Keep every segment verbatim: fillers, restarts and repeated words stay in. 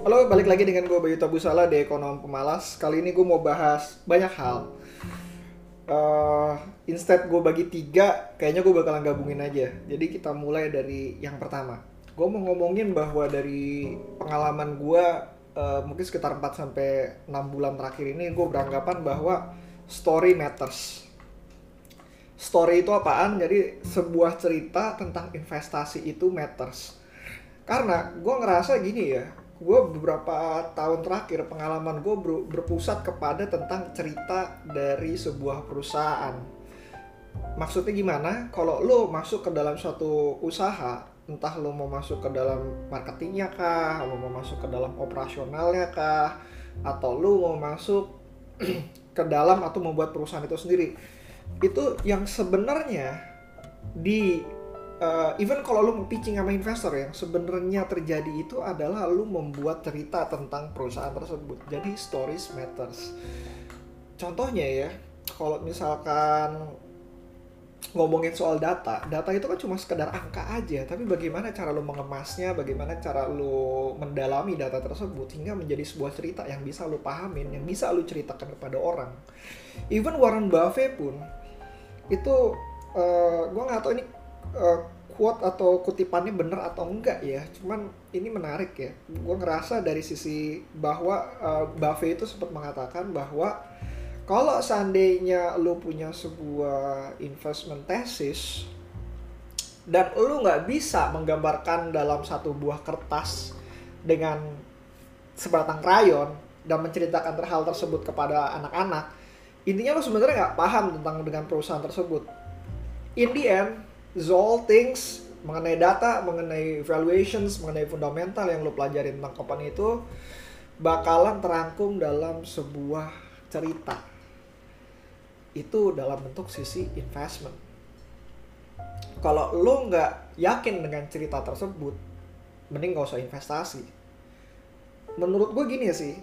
Halo, balik lagi dengan gue Bayu Tabusala di Ekonom Pemalas. Kali ini gue mau bahas banyak hal. Eh, Instead gue bagi tiga, kayaknya gue bakalan gabungin aja. Jadi kita mulai dari yang pertama. Gue mau ngomongin bahwa dari pengalaman gue, eh, mungkin sekitar empat sampai enam bulan terakhir ini, gue beranggapan bahwa story matters. Story itu apaan? Jadi sebuah cerita tentang investasi itu matters. Karena gue ngerasa gini ya, gue beberapa tahun terakhir pengalaman gue ber- berpusat kepada tentang cerita dari sebuah perusahaan. Maksudnya gimana? Kalau lo masuk ke dalam suatu usaha, entah lo mau masuk ke dalam marketingnya kah, lo mau masuk ke dalam operasionalnya kah, atau lo mau masuk ke dalam atau membuat perusahaan itu sendiri, itu yang sebenarnya di uh, even kalau lu mau pitching sama investor, yang sebenarnya terjadi itu adalah lu membuat cerita tentang perusahaan tersebut. Jadi stories matters. Contohnya ya, kalau misalkan ngomongin soal data, data itu kan cuma sekedar angka aja, tapi bagaimana cara lu mengemasnya, bagaimana cara lu mendalami data tersebut hingga menjadi sebuah cerita yang bisa lu pahamin, yang bisa lu ceritakan kepada orang. Even Warren Buffett pun itu, uh, gue nggak tahu ini uh, quote atau kutipannya bener atau enggak ya, cuman ini menarik ya. Gue ngerasa dari sisi bahwa uh, Buffett itu sempat mengatakan bahwa kalau seandainya lu punya sebuah investment thesis dan lu nggak bisa menggambarkan dalam satu buah kertas dengan sebatang krayon dan menceritakan hal tersebut kepada anak-anak, intinya lu sebenarnya nggak paham tentang dengan perusahaan tersebut. In the end, it's all things mengenai data, mengenai valuations, mengenai fundamental yang lo pelajari tentang company itu bakalan terangkum dalam sebuah cerita. Itu dalam bentuk sisi investment. Kalau lo nggak yakin dengan cerita tersebut, mending nggak usah investasi. Menurut gue gini sih,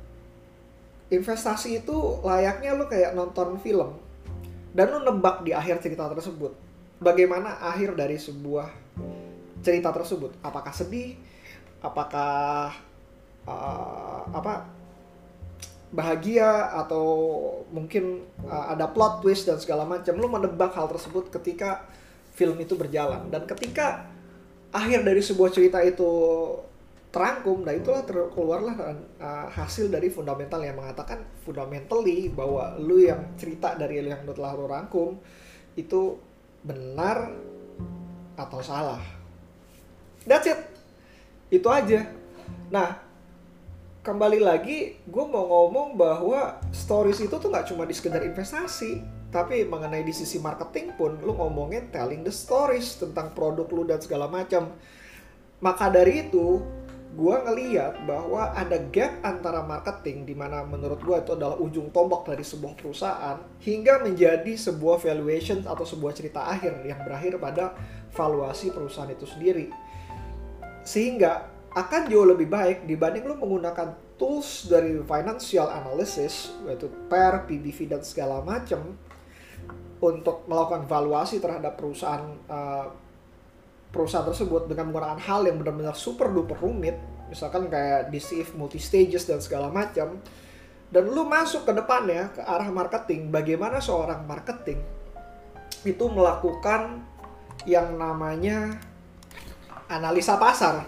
investasi itu layaknya lo kayak nonton film dan lo nebak di akhir cerita tersebut bagaimana akhir dari sebuah cerita tersebut. Apakah sedih, apakah uh, apa bahagia, atau mungkin uh, ada plot twist dan segala macam. Lo menebak hal tersebut ketika film itu berjalan, dan ketika akhir dari sebuah cerita itu terangkum, dan itulah keluarlah uh, hasil dari fundamental yang mengatakan fundamentally bahwa lu yang cerita dari yang telah lu rangkum itu benar atau salah. That's it. Itu aja. Nah, kembali lagi gue mau ngomong bahwa stories itu tuh nggak cuma di sekedar investasi, tapi mengenai di sisi marketing pun lu ngomongin telling the stories tentang produk lu dan segala macam. Maka dari itu gue ngeliat bahwa ada gap antara marketing, di mana menurut gue itu adalah ujung tombak dari sebuah perusahaan, hingga menjadi sebuah valuation atau sebuah cerita akhir yang berakhir pada valuasi perusahaan itu sendiri. Sehingga akan jauh lebih baik dibanding lu menggunakan tools dari financial analysis, yaitu P E R, P B V dan segala macam, untuk melakukan valuasi terhadap perusahaan uh, perusahaan tersebut dengan menggunakan hal yang benar-benar super duper rumit, misalkan kayak D C F, multi stages dan segala macam. Dan lu masuk ke depannya ke arah marketing, bagaimana seorang marketing itu melakukan yang namanya analisa pasar.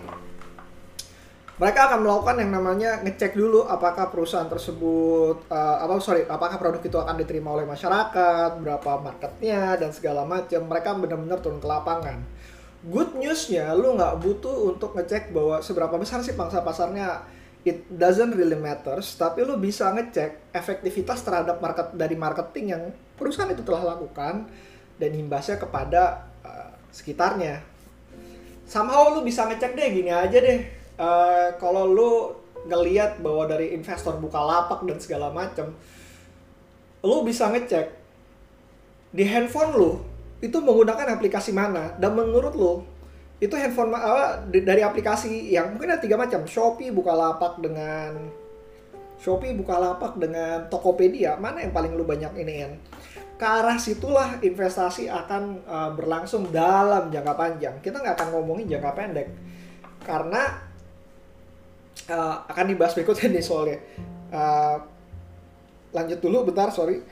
Mereka akan melakukan yang namanya ngecek dulu apakah perusahaan tersebut uh, apa sorry apakah produk itu akan diterima oleh masyarakat, berapa marketnya dan segala macam. Mereka benar-benar turun ke lapangan. Good newsnya, lu nggak butuh untuk ngecek bahwa seberapa besar sih pangsa pasarnya. It doesn't really matters, tapi lu bisa ngecek efektivitas terhadap market dari marketing yang perusahaan itu telah lakukan dan imbasnya kepada uh, sekitarnya. Somehow lu bisa ngecek deh, gini aja deh. Uh, kalau lu ngelihat bahwa dari investor Bukalapak dan segala macam, lu bisa ngecek di handphone lu itu menggunakan aplikasi mana, dan menurut lo itu handphone uh, dari aplikasi yang mungkin ada tiga macam, Shopee, Bukalapak dengan Shopee, Bukalapak dengan Tokopedia, mana yang paling lu banyak iniin. Ke arah situlah investasi akan uh, berlangsung dalam jangka panjang. Kita nggak akan ngomongin jangka pendek, karena uh, akan dibahas berikutnya nih soalnya. Uh, lanjut dulu bentar, sorry.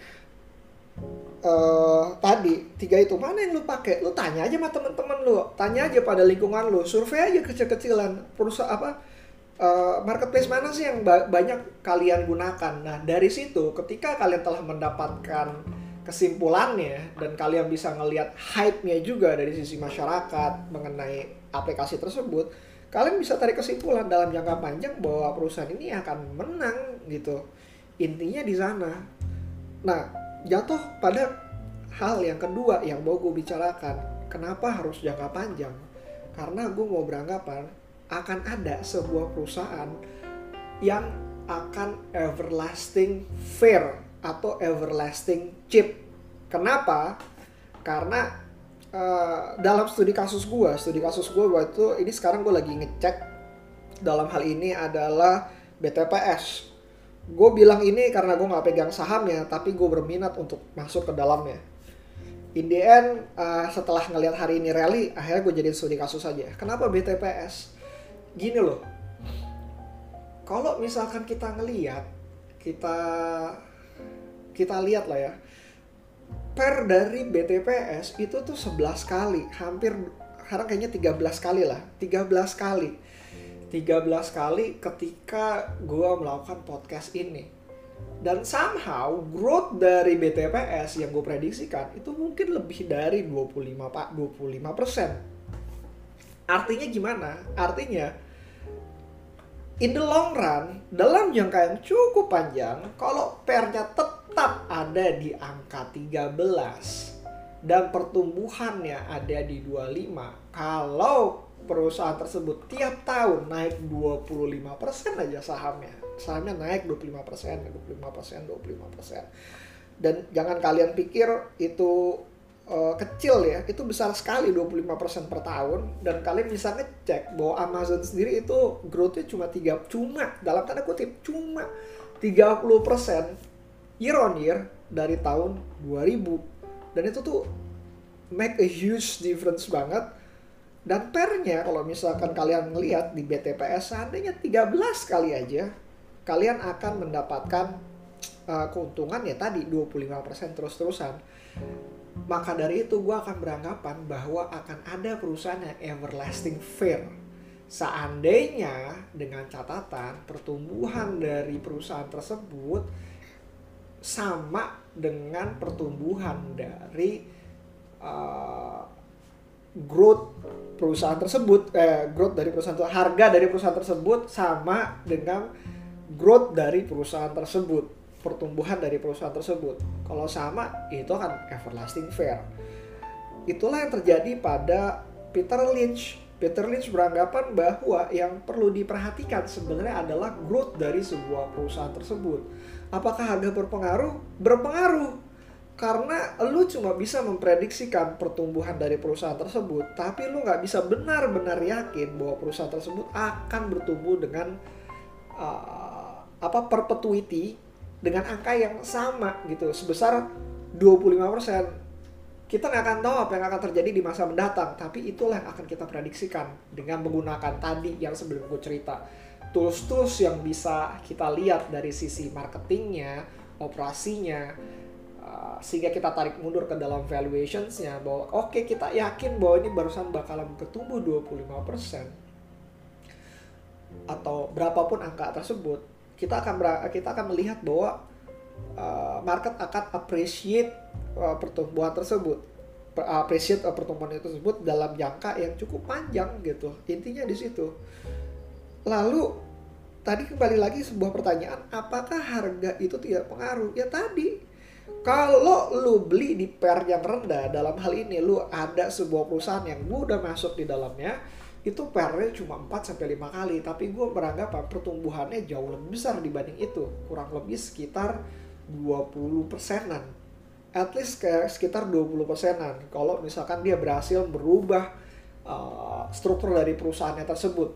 Uh, tadi tiga itu mana yang lu pakai? Lu tanya aja sama teman-teman lu, tanya aja pada lingkungan lu, survei aja kecil-kecilan perusahaan apa uh, marketplace mana sih yang ba- banyak kalian gunakan. Nah dari situ ketika kalian telah mendapatkan kesimpulannya dan kalian bisa ngelihat hype-nya juga dari sisi masyarakat mengenai aplikasi tersebut, kalian bisa tarik kesimpulan dalam jangka panjang bahwa perusahaan ini akan menang gitu. Intinya di sana. Nah, jatuh pada hal yang kedua yang mau gue bicarakan. Kenapa harus jangka panjang? Karena gue mau beranggapan akan ada sebuah perusahaan yang akan everlasting fair atau everlasting cheap. Kenapa? Karena uh, dalam studi kasus gue, studi kasus gue waktu ini sekarang gue lagi ngecek dalam hal ini adalah B T P S. Gue bilang ini karena gue gak pegang sahamnya, tapi gue berminat untuk masuk ke dalamnya. In the end, uh, setelah ngelihat hari ini rally, akhirnya gue jadiin studi kasus aja. Kenapa B T P S? Gini loh, kalau misalkan kita ngelihat, kita kita lihat lah ya, per dari B T P S itu tuh sebelas kali, hampir, sekarang kayaknya tiga belas kali lah, tiga belas kali. tiga belas kali ketika gue melakukan podcast ini. Dan somehow growth dari B T P S yang gue prediksikan itu mungkin lebih dari dua puluh lima persen. Artinya gimana? Artinya in the long run, dalam jangka yang cukup panjang, kalau P E R-nya tetap ada di angka tiga belas dan pertumbuhannya ada di dua puluh lima, kalau perusahaan tersebut tiap tahun naik dua puluh lima persen aja sahamnya. Sahamnya naik dua puluh lima persen, dua puluh lima persen, dua puluh lima persen. Dan jangan kalian pikir itu uh, kecil ya, itu besar sekali dua puluh lima persen per tahun. Dan kalian bisa ngecek bahwa Amazon sendiri itu growth-nya cuma tiga cuma dalam tanda kutip cuma tiga puluh persen year on year dari tahun dua ribu. Dan itu tuh make a huge difference banget. Dan P E R-nya kalau misalkan kalian ngelihat di B T P S seandainya tiga belas kali aja, kalian akan mendapatkan uh, keuntungan ya tadi dua puluh lima persen terus-terusan. Maka dari itu gue akan beranggapan bahwa akan ada perusahaan yang everlasting fair. Seandainya dengan catatan pertumbuhan dari perusahaan tersebut sama dengan pertumbuhan dari uh, growth perusahaan tersebut, eh, growth dari perusahaan tersebut, harga dari perusahaan tersebut sama dengan growth dari perusahaan tersebut, pertumbuhan dari perusahaan tersebut. Kalau sama, itu akan everlasting fair. Itulah yang terjadi pada Peter Lynch. Peter Lynch beranggapan bahwa yang perlu diperhatikan sebenarnya adalah growth dari sebuah perusahaan tersebut. Apakah harga berpengaruh? Berpengaruh. Karena lu cuma bisa memprediksikan pertumbuhan dari perusahaan tersebut, tapi lu nggak bisa benar-benar yakin bahwa perusahaan tersebut akan bertumbuh dengan uh, apa perpetuity dengan angka yang sama gitu, sebesar dua puluh lima persen. Kita nggak akan tahu apa yang akan terjadi di masa mendatang, tapi itulah yang akan kita prediksikan dengan menggunakan tadi yang sebelum gue cerita. Tools-tools yang bisa kita lihat dari sisi marketingnya, operasinya, sehingga kita tarik mundur ke dalam valuationsnya bahwa oke okay, kita yakin bahwa ini barusan bakalan bertumbuh dua puluh lima persen atau berapapun angka tersebut, kita akan kita akan melihat bahwa uh, market akan appreciate uh, pertumbuhan tersebut, appreciate uh, pertumbuhan itu tersebut dalam jangka yang cukup panjang gitu. Intinya di situ. Lalu tadi kembali lagi sebuah pertanyaan, apakah harga itu tidak pengaruh? Ya tadi, kalau lu beli di P E R yang rendah, dalam hal ini lu ada sebuah perusahaan yang lu udah masuk di dalamnya, itu P E R-nya cuma empat sampai lima kali, tapi gue beranggapan pertumbuhannya jauh lebih besar dibanding itu, kurang lebih sekitar dua puluh persenan. At least kayak sekitar dua puluh persenan kalau misalkan dia berhasil merubah uh, struktur dari perusahaannya tersebut.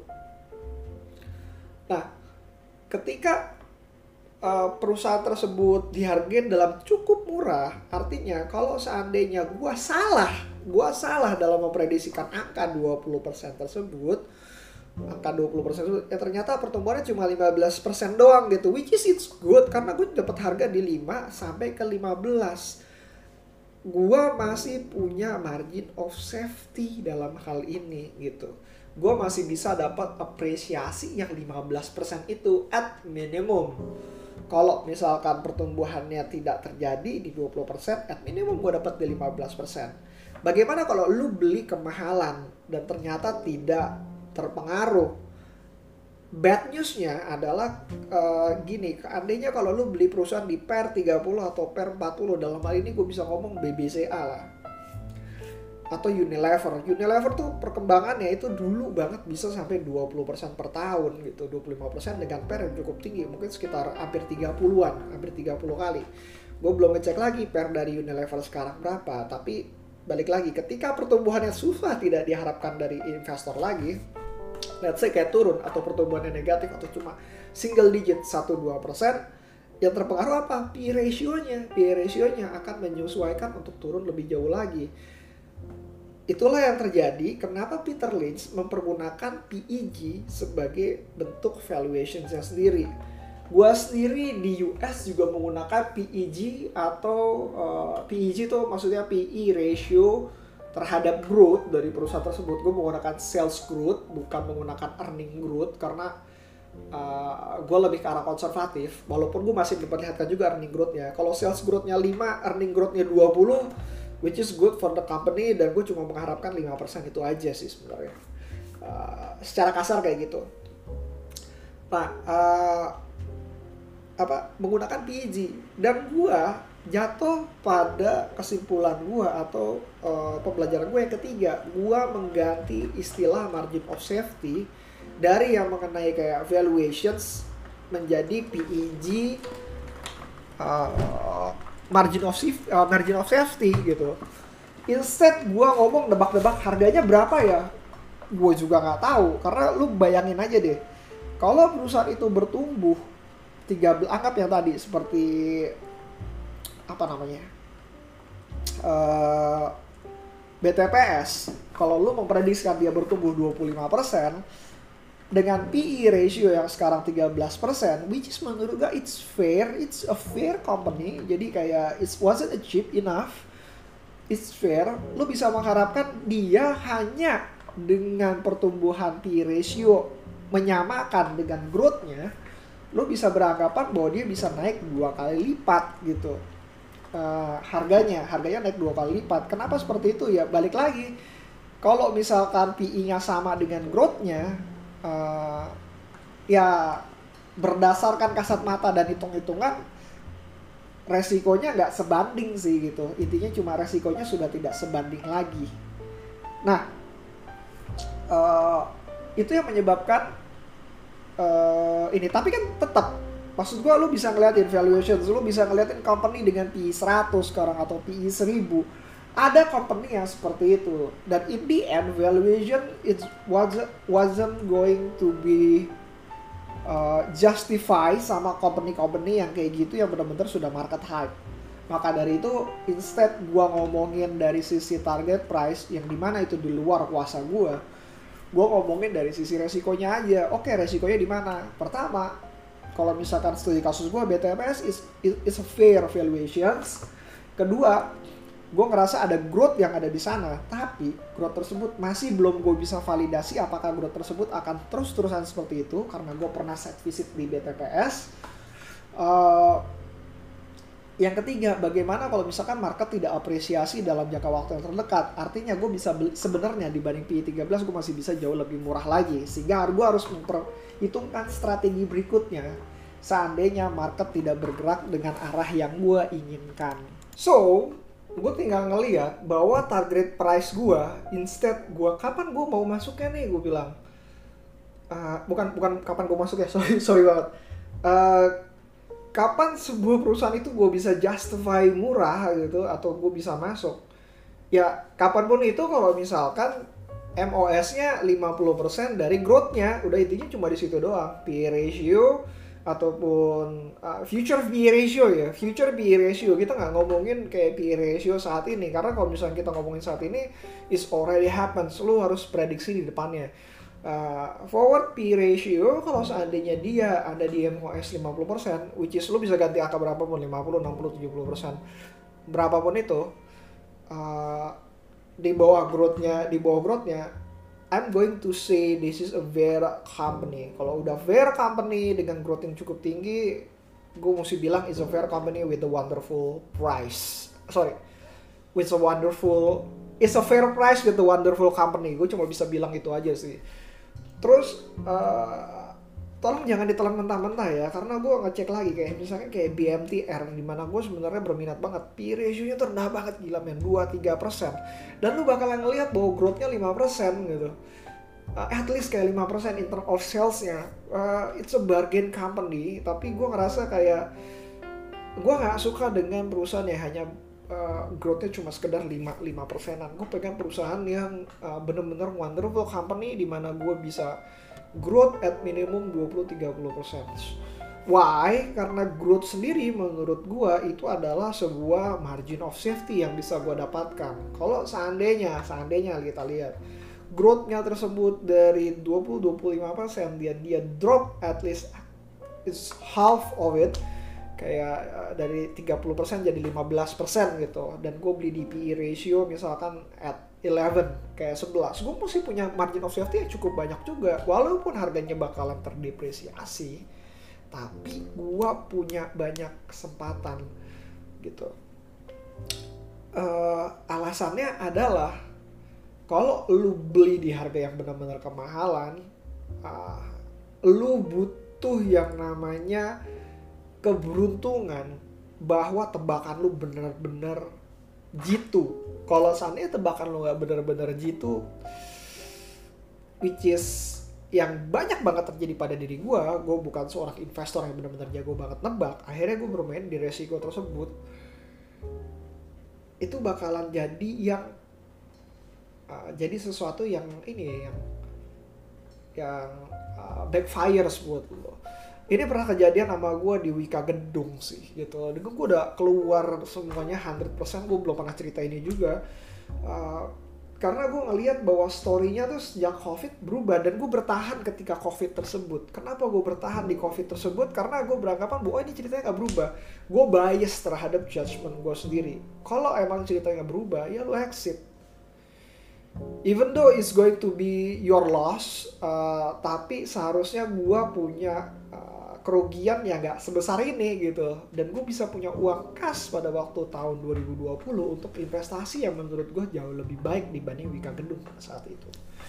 Nah, ketika Uh, perusahaan tersebut dihargai dalam cukup murah, artinya kalau seandainya gua salah, gua salah dalam memprediksikan angka dua puluh persen tersebut, angka dua puluh persen ya ternyata pertumbuhannya cuma lima belas persen doang gitu, which is it's good karena gue dapat harga di lima sampai ke lima belas. Gua masih punya margin of safety dalam hal ini gitu. Gua masih bisa dapat apresiasi yang lima belas persen itu at minimum. Kalau misalkan pertumbuhannya tidak terjadi di dua puluh persen, at minimum gue dapat di lima belas persen. Bagaimana kalau lu beli kemahalan dan ternyata tidak terpengaruh? Bad newsnya adalah uh, gini, andainya kalau lu beli perusahaan di P E R tiga puluh atau P E R empat puluh, dalam hal ini gue bisa ngomong B B C A lah. Atau Unilever. Unilever tuh perkembangannya itu dulu banget bisa sampai dua puluh persen per tahun gitu. dua puluh lima persen dengan P E R yang cukup tinggi. Mungkin sekitar hampir tiga puluhan. Hampir tiga puluh kali. Gue belum ngecek lagi P E R dari Unilever sekarang berapa. Tapi balik lagi. Ketika pertumbuhannya susah tidak diharapkan dari investor lagi. Let's say kayak turun. Atau pertumbuhannya negatif. Atau cuma single digit satu sampai dua persen. Yang terpengaruh apa? P E ratio-nya. P E ratio-nya akan menyesuaikan untuk turun lebih jauh lagi. Itulah yang terjadi kenapa Peter Lynch mempergunakan P E G sebagai bentuk valuation-nya sendiri. Gua sendiri di U S juga menggunakan P E G atau uh, P E G itu maksudnya P E ratio terhadap growth dari perusahaan tersebut. Gue menggunakan sales growth bukan menggunakan earning growth karena uh, gue lebih ke arah konservatif. Walaupun gue masih memperlihatkan juga earning growth-nya. Kalau sales growth-nya lima, earning growth-nya dua puluh, which is good for the company, dan gue cuma mengharapkan lima persen itu aja sih sebenarnya. Uh, secara kasar kayak gitu. Nah, uh, apa menggunakan P E G, dan gue jatuh pada kesimpulan gue atau uh, pembelajaran gue yang ketiga, gue mengganti istilah margin of safety dari yang mengenai kayak valuations menjadi P E G uh, margin of safety, uh, margin of safety gitu. Instead gue ngomong nebak-nebak harganya berapa ya, gue juga nggak tahu. Karena lu bayangin aja deh, kalau perusahaan itu bertumbuh tiga belas, anggap yang tadi seperti apa namanya uh, B T P S, kalau lu memprediksikan dia bertumbuh dua puluh lima persen dengan P E ratio yang sekarang tiga belas persen, which is menurut gue it's fair, it's a fair company. Jadi kayak it wasn't a cheap enough, it's fair. Lu bisa mengharapkan dia hanya dengan pertumbuhan P E ratio menyamakan dengan growth-nya, lu bisa beranggapan bahwa dia bisa naik dua kali lipat gitu. Uh, harganya, harganya naik dua kali lipat. Kenapa seperti itu? Ya balik lagi, kalau misalkan P E-nya sama dengan growth-nya, Uh, ya berdasarkan kasat mata dan hitung-hitungan resikonya nggak sebanding sih gitu. Intinya cuma resikonya sudah tidak sebanding lagi. Nah uh, itu yang menyebabkan uh, ini. Tapi kan tetap, maksud gue lu bisa ngeliatin valuations, lu bisa ngeliatin company dengan P E seratus sekarang atau P E seribu. Ada company yang seperti itu, dan in the end valuation it wasn't wasn't going to be uh, justify sama company-company yang kayak gitu yang benar-benar sudah market hype. Maka dari itu, instead gua ngomongin dari sisi target price yang dimana itu di luar kuasa gua, gua ngomongin dari sisi resikonya aja. Oke, resikonya di mana? Pertama, kalau misalkan studi kasus gua, B T P S is is a fair valuations. Kedua, gue ngerasa ada growth yang ada di sana, tapi growth tersebut masih belum gue bisa validasi apakah growth tersebut akan terus-terusan seperti itu, karena gue pernah site visit di B T P S. Uh, yang ketiga, bagaimana kalau misalkan market tidak apresiasi dalam jangka waktu yang terdekat? Artinya gue bisa beli, sebenarnya dibanding P E tiga belas gue masih bisa jauh lebih murah lagi, sehingga gue harus memperhitungkan strategi berikutnya seandainya market tidak bergerak dengan arah yang gue inginkan. So gue tinggal ngeliat bahwa target price gue, instead gue kapan gue mau masuknya nih, gue bilang uh, bukan bukan kapan gue masuk ya, sorry sorry banget. Uh, kapan sebuah perusahaan itu gue bisa justify murah gitu atau gue bisa masuk? Ya kapanpun itu, kalau misalkan M O S-nya lima puluh persen dari growth-nya, udah intinya cuma di situ doang. P E ratio ataupun uh, future P E ratio ya, future P E ratio, kita nggak ngomongin kayak P E ratio saat ini, karena kalau misalnya kita ngomongin saat ini is already happens, lu harus prediksi di depannya. Uh, forward P ratio kalau seandainya dia ada di M O S lima puluh persen, which is lu bisa ganti angka berapapun, lima puluh, enam puluh, tujuh puluh persen, berapapun itu, uh, di bawah growth-nya, di bawah growth-nya, I'm going to say this is a fair company. Kalau udah fair company dengan growth yang cukup tinggi, gue mesti bilang is a fair company with a wonderful price. Sorry, with a wonderful, it's a fair price with a wonderful company. Gue cuma bisa bilang itu aja sih. Terus uh, tolong jangan ditelan mentah-mentah ya, karena gue ngecek lagi kayak misalnya kayak B M T R di mana gue sebenarnya berminat banget, P ratio-nya tuh rendah banget, gila men, dua sampai tiga persen, dan lu bakalan ngelihat bahwa growth-nya lima persen gitu, uh, at least kayak lima persen in terms of sales-nya. Uh, it's a bargain company, tapi gue ngerasa kayak gue nggak suka dengan perusahaan yang hanya Uh, growth-nya cuma sekedar lima persenan. Gue pengen perusahaan yang uh, bener-bener wonderful company di mana gue bisa growth at minimum dua puluh sampai tiga puluh persen. Why? Karena growth sendiri menurut gue itu adalah sebuah margin of safety yang bisa gue dapatkan. Kalau seandainya, seandainya kita lihat growth-nya tersebut dari dua puluh sampai dua puluh lima persen, dia dia drop at least it's half of it, kayak uh, dari tiga puluh persen jadi lima belas persen gitu, dan gue beli di P E ratio misalkan at eleven, kayak sebelas, gue mesti punya margin of safety yang cukup banyak juga, walaupun harganya bakalan terdepresiasi, tapi gue punya banyak kesempatan gitu. Uh, alasannya adalah kalau lu beli di harga yang benar-benar kemahalan, uh, lu butuh yang namanya keberuntungan bahwa tebakan lu bener-bener jitu. Kalau seandainya tebakan lu gak bener-bener jitu, which is yang banyak banget terjadi pada diri gue, gue bukan seorang investor yang bener-bener jago banget nebak, akhirnya gue bermain di resiko tersebut, itu bakalan jadi yang uh, jadi sesuatu yang ini yang yang uh, backfires buat lo. Ini pernah kejadian sama gue di Wika Gedung sih gitu. Dan gue udah keluar semuanya seratus persen, gue belum pernah cerita ini juga. Uh, karena gue ngelihat bahwa story-nya tuh sejak COVID berubah, dan gue bertahan ketika COVID tersebut. Kenapa gue bertahan di COVID tersebut? Karena gue beranggapan bahwa oh, ini ceritanya gak berubah. Gue bias terhadap judgement gue sendiri. Kalau emang ceritanya gak berubah, ya lu exit. Even though it's going to be your loss, uh, tapi seharusnya gue punya uh, kerugian yang gak sebesar ini gitu, dan gue bisa punya uang kas pada waktu tahun dua ribu dua puluh untuk investasi yang menurut gue jauh lebih baik dibanding Wika Gedung pada saat itu.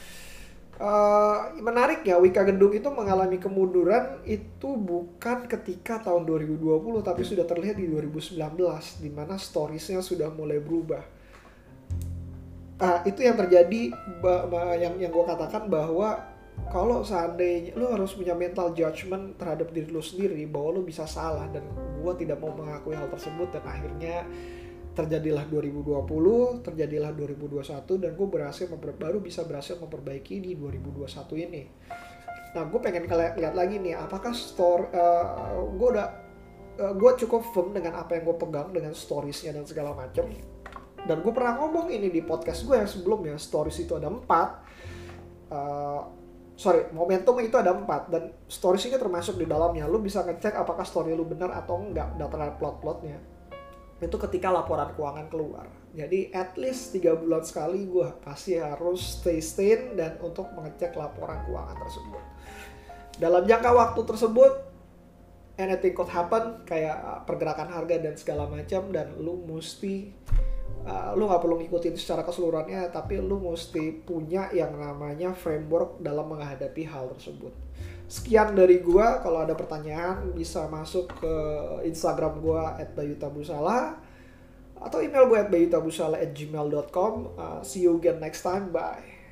Uh, menarik ya, Wika Gedung itu mengalami kemunduran itu bukan ketika tahun dua ribu dua puluh, tapi sudah terlihat di dua ribu sembilan belas, di mana storiesnya sudah mulai berubah. Uh, itu yang terjadi, bah, bah, yang yang gue katakan bahwa kalau seandainya lu harus punya mental judgment terhadap diri lu sendiri bahwa lu bisa salah, dan gue tidak mau mengakui hal tersebut, dan akhirnya terjadilah dua ribu dua puluh, terjadilah dua ribu dua puluh satu, dan gue berhasil memper, baru bisa berhasil memperbaiki di dua ribu dua puluh satu ini. Nah, gue pengen lihat lagi nih, apakah store uh, gue udah uh, gue cukup firm dengan apa yang gue pegang dengan storiesnya dan segala macam. Dan gue pernah ngomong ini di podcast gue yang sebelumnya, stories itu ada empat. Uh, sorry, momentum itu ada empat, dan stories ini termasuk di dalamnya. Lu bisa ngecek apakah story lu benar atau enggak data plot-plotnya. Itu ketika laporan keuangan keluar. Jadi at least tiga bulan sekali gue pasti harus stay sane dan untuk mengecek laporan keuangan tersebut. Dalam jangka waktu tersebut, anything could happen, kayak pergerakan harga dan segala macam, dan lu mesti Uh, lu gak perlu ngikutin secara keseluruhannya, tapi lu mesti punya yang namanya framework dalam menghadapi hal tersebut. Sekian dari gua. Kalau ada pertanyaan bisa masuk ke Instagram gua at bayutabusala atau email gua at bayutabusala at gmail dot com. uh, See you again next time. Bye.